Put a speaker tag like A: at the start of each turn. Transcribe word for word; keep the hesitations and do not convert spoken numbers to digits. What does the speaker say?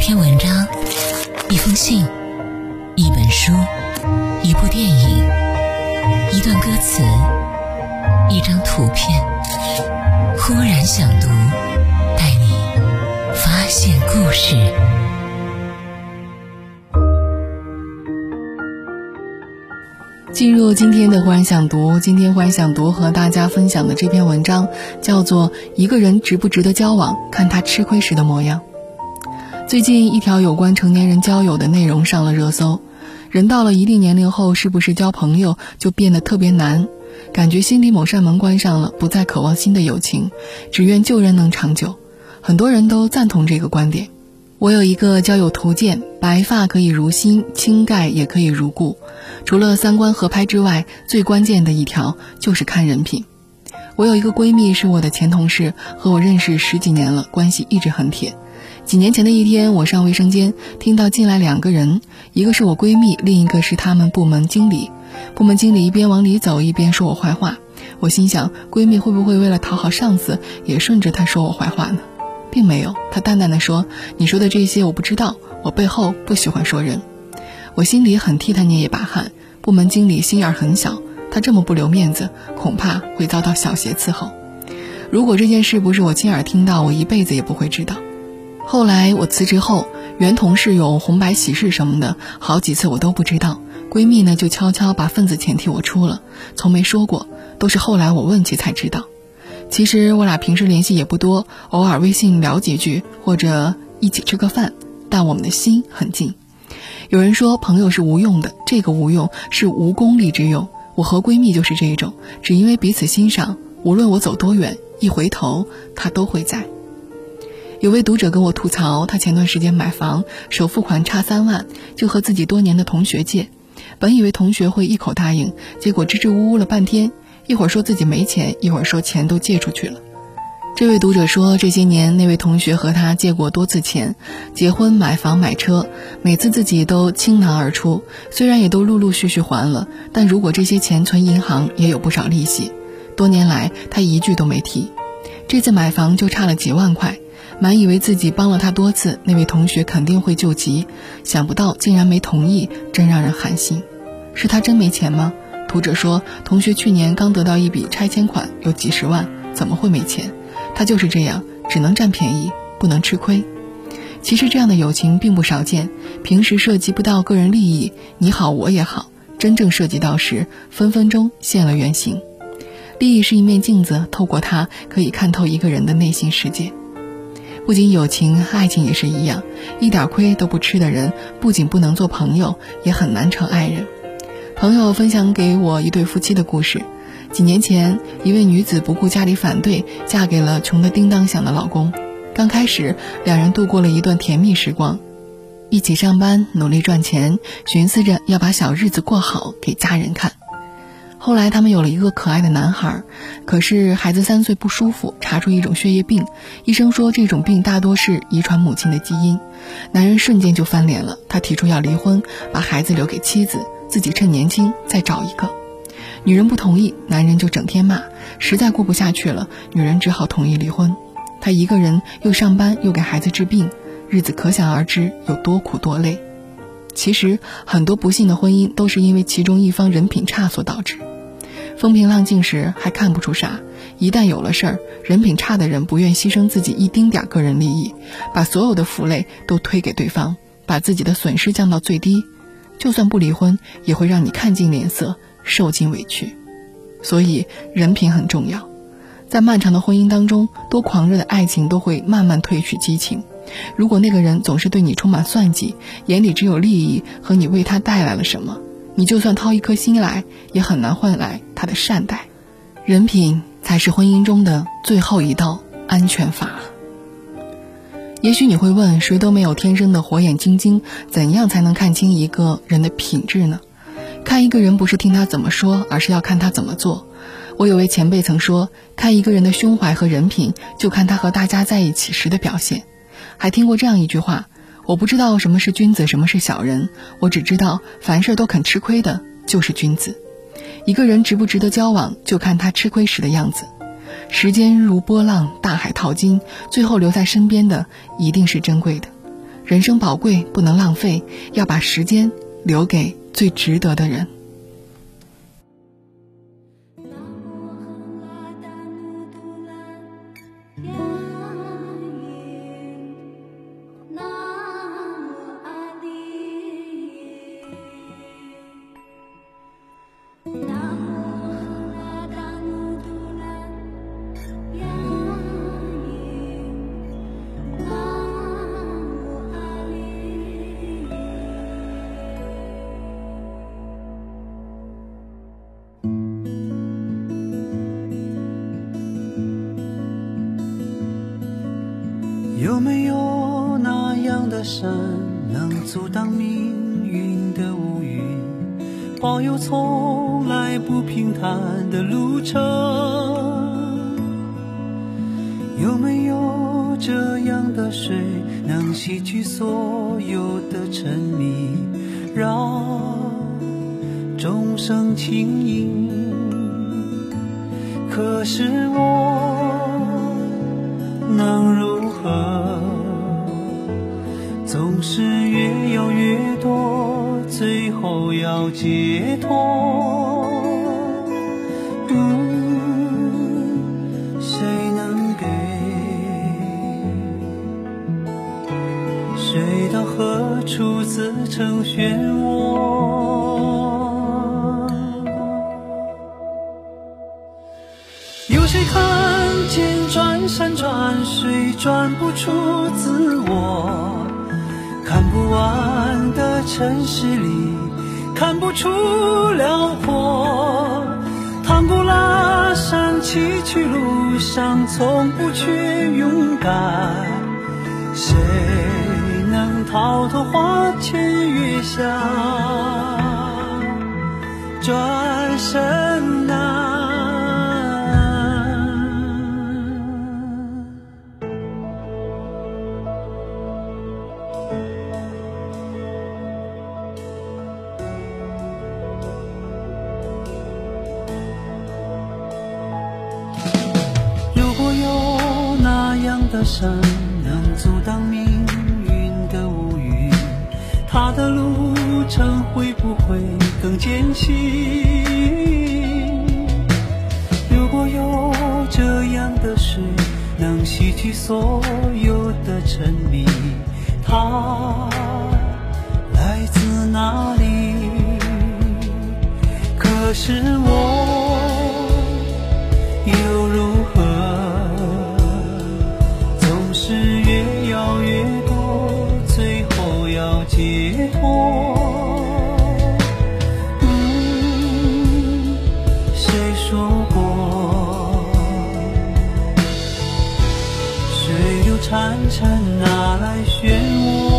A: 篇文章，一封信，一本书，一部电影，一段歌词，一张图片，忽然想读，带你发现故事。
B: 进入今天的忽然想读，今天忽然想读和大家分享的这篇文章叫做一个人值不值得交往，看他吃亏时的模样。最近一条有关成年人交友的内容上了热搜，人到了一定年龄后，是不是交朋友就变得特别难？感觉心里某扇门关上了，不再渴望新的友情，只愿旧人能长久。很多人都赞同这个观点。我有一个交友图鉴，白发可以如新，青盖也可以如故。除了三观合拍之外，最关键的一条就是看人品。我有一个闺蜜是我的前同事，和我认识十几年了，关系一直很铁。几年前的一天，我上卫生间，听到进来两个人，一个是我闺蜜，另一个是他们部门经理。部门经理一边往里走，一边说我坏话。我心想，闺蜜会不会为了讨好上司，也顺着她说我坏话呢？并没有，她淡淡的说，你说的这些我不知道，我背后不喜欢说人。我心里很替她捏一把汗，部门经理心眼很小，他这么不留面子，恐怕会遭到小鞋伺候。如果这件事不是我亲耳听到，我一辈子也不会知道。后来我辞职后，原同事有红白喜事什么的，好几次我都不知道，闺蜜呢就悄悄把份子钱替我出了，从没说过，都是后来我问起才知道。其实我俩平时联系也不多，偶尔微信聊几句，或者一起吃个饭，但我们的心很近。有人说朋友是无用的，这个无用是无功利之用。我和闺蜜就是这一种，只因为彼此欣赏，无论我走多远，一回头她都会在。有位读者跟我吐槽，他前段时间买房，首付款差三万，就和自己多年的同学借。本以为同学会一口答应，结果支支吾吾了半天，一会儿说自己没钱，一会儿说钱都借出去了。这位读者说，这些年那位同学和他借过多次钱，结婚、买房、买车，每次自己都倾囊而出，虽然也都陆陆续续还了，但如果这些钱存银行，也有不少利息。多年来他一句都没提。这次买房就差了几万块，满以为自己帮了他多次，那位同学肯定会救急，想不到竟然没同意，真让人寒心。是他真没钱吗？读者说，同学去年刚得到一笔拆迁款，有几十万，怎么会没钱？他就是这样，只能占便宜，不能吃亏。其实这样的友情并不少见，平时涉及不到个人利益，你好我也好，真正涉及到时，分分钟现了原形。利益是一面镜子，透过它可以看透一个人的内心世界。不仅友情，爱情也是一样，一点亏都不吃的人，不仅不能做朋友，也很难成爱人。朋友分享给我一对夫妻的故事。几年前，一位女子不顾家里反对，嫁给了穷得叮当响的老公。刚开始，两人度过了一段甜蜜时光，一起上班，努力赚钱，寻思着要把小日子过好，给家人看。后来他们有了一个可爱的男孩，可是孩子三岁不舒服，查出一种血液病，医生说这种病大多是遗传母亲的基因。男人瞬间就翻脸了，他提出要离婚，把孩子留给妻子，自己趁年轻再找一个。女人不同意，男人就整天骂，实在过不下去了，女人只好同意离婚。他一个人又上班又给孩子治病，日子可想而知有多苦多累。其实很多不幸的婚姻都是因为其中一方人品差所导致。风平浪静时还看不出啥，一旦有了事儿，人品差的人不愿牺牲自己一丁点个人利益，把所有的负累都推给对方，把自己的损失降到最低，就算不离婚，也会让你看尽脸色，受尽委屈。所以人品很重要。在漫长的婚姻当中，多狂热的爱情都会慢慢褪去激情。如果那个人总是对你充满算计，眼里只有利益和你为他带来了什么，你就算掏一颗心来，也很难换来他的善待。人品才是婚姻中的最后一道安全阀。也许你会问，谁都没有天生的火眼金睛，怎样才能看清一个人的品质呢？看一个人不是听他怎么说，而是要看他怎么做。我有位前辈曾说，看一个人的胸怀和人品，就看他和大家在一起时的表现。还听过这样一句话，我不知道什么是君子，什么是小人，我只知道凡事都肯吃亏的就是君子。一个人值不值得交往，就看他吃亏时的样子。时间如波浪，大海淘金，最后留在身边的一定是珍贵的。 人生宝贵，不能浪费，要把时间留给最值得的人。
C: 有没有那样的山，能阻挡命运的乌云，保佑从来不平坦的路程？有没有这样的水，能洗去所有的沉迷，让众生轻盈？可是我能如何？总是越要越多，最后要解脱。嗯，谁能给？水到何处自成漩涡？有谁看见转山转水转不出自我？看不完的城市里看不出辽阔，唐古拉山崎岖路上从不缺勇敢，谁能逃脱花前月下转身难？的山能阻挡命运的乌云，它的路程会不会更艰辛？如果有这样的水，能洗去所有的沉迷，它来自哪里？可是我又如何？是越要越多，最后要解脱。嗯，谁说过水流潺潺哪来漩涡？